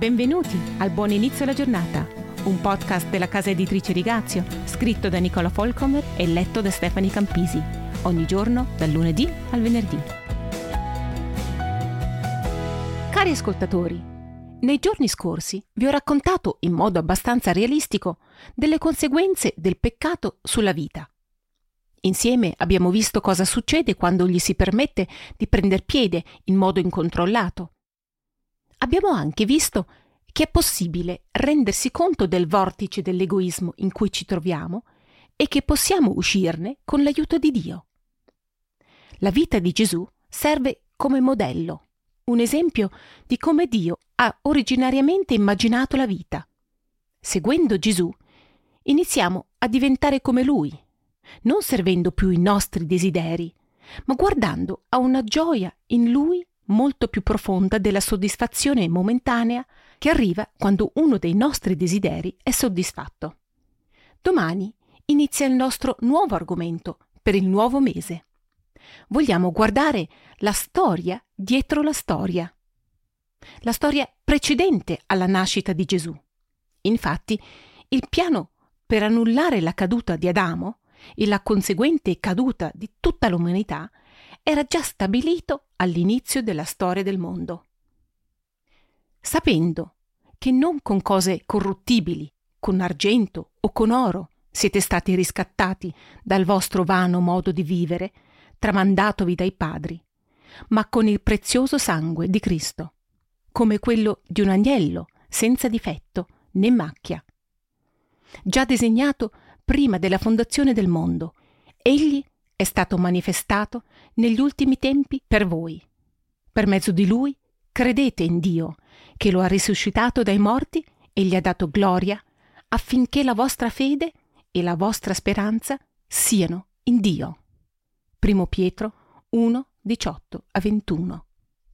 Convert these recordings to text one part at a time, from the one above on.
Benvenuti al Buon Inizio alla Giornata, un podcast della casa editrice Rigazio, scritto da Nicola Folcomer e letto da Stefani Campisi, ogni giorno dal lunedì al venerdì. Cari ascoltatori, nei giorni scorsi vi ho raccontato in modo abbastanza realistico delle conseguenze del peccato sulla vita. Insieme abbiamo visto cosa succede quando gli si permette di prender piede in modo incontrollato. Abbiamo anche visto che è possibile rendersi conto del vortice dell'egoismo in cui ci troviamo e che possiamo uscirne con l'aiuto di Dio. La vita di Gesù serve come modello, un esempio di come Dio ha originariamente immaginato la vita. Seguendo Gesù, iniziamo a diventare come Lui, non servendo più i nostri desideri, ma guardando a una gioia in Lui molto più profonda della soddisfazione momentanea che arriva quando uno dei nostri desideri è soddisfatto. Domani inizia il nostro nuovo argomento per il nuovo mese. Vogliamo guardare la storia dietro la storia precedente alla nascita di Gesù. Infatti, il piano per annullare la caduta di Adamo e la conseguente caduta di tutta l'umanità era già stabilito all'inizio della storia del mondo. Sapendo che non con cose corruttibili, con argento o con oro, siete stati riscattati dal vostro vano modo di vivere, tramandatovi dai padri, ma con il prezioso sangue di Cristo, come quello di un agnello senza difetto né macchia. Già disegnato prima della fondazione del mondo, egli è stato manifestato negli ultimi tempi per voi. Per mezzo di lui credete in Dio, che lo ha risuscitato dai morti e gli ha dato gloria, affinché la vostra fede e la vostra speranza siano in Dio. 1 Pietro 1, 18-21.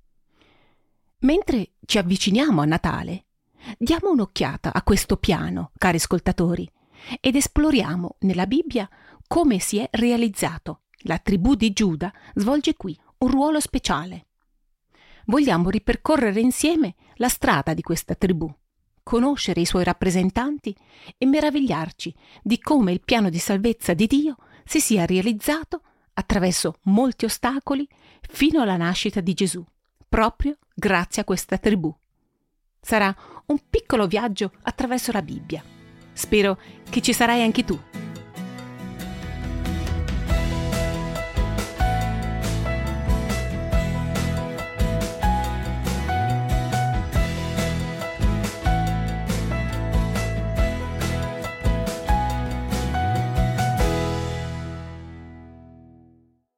Mentre ci avviciniamo a Natale, diamo un'occhiata a questo piano, cari ascoltatori, ed esploriamo nella Bibbia come si è realizzato. La tribù di Giuda svolge qui un ruolo speciale. Vogliamo ripercorrere insieme la strada di questa tribù, conoscere i suoi rappresentanti e meravigliarci di come il piano di salvezza di Dio si sia realizzato attraverso molti ostacoli fino alla nascita di Gesù, proprio grazie a questa tribù. Sarà un piccolo viaggio attraverso la Bibbia. Spero che ci sarai anche tu.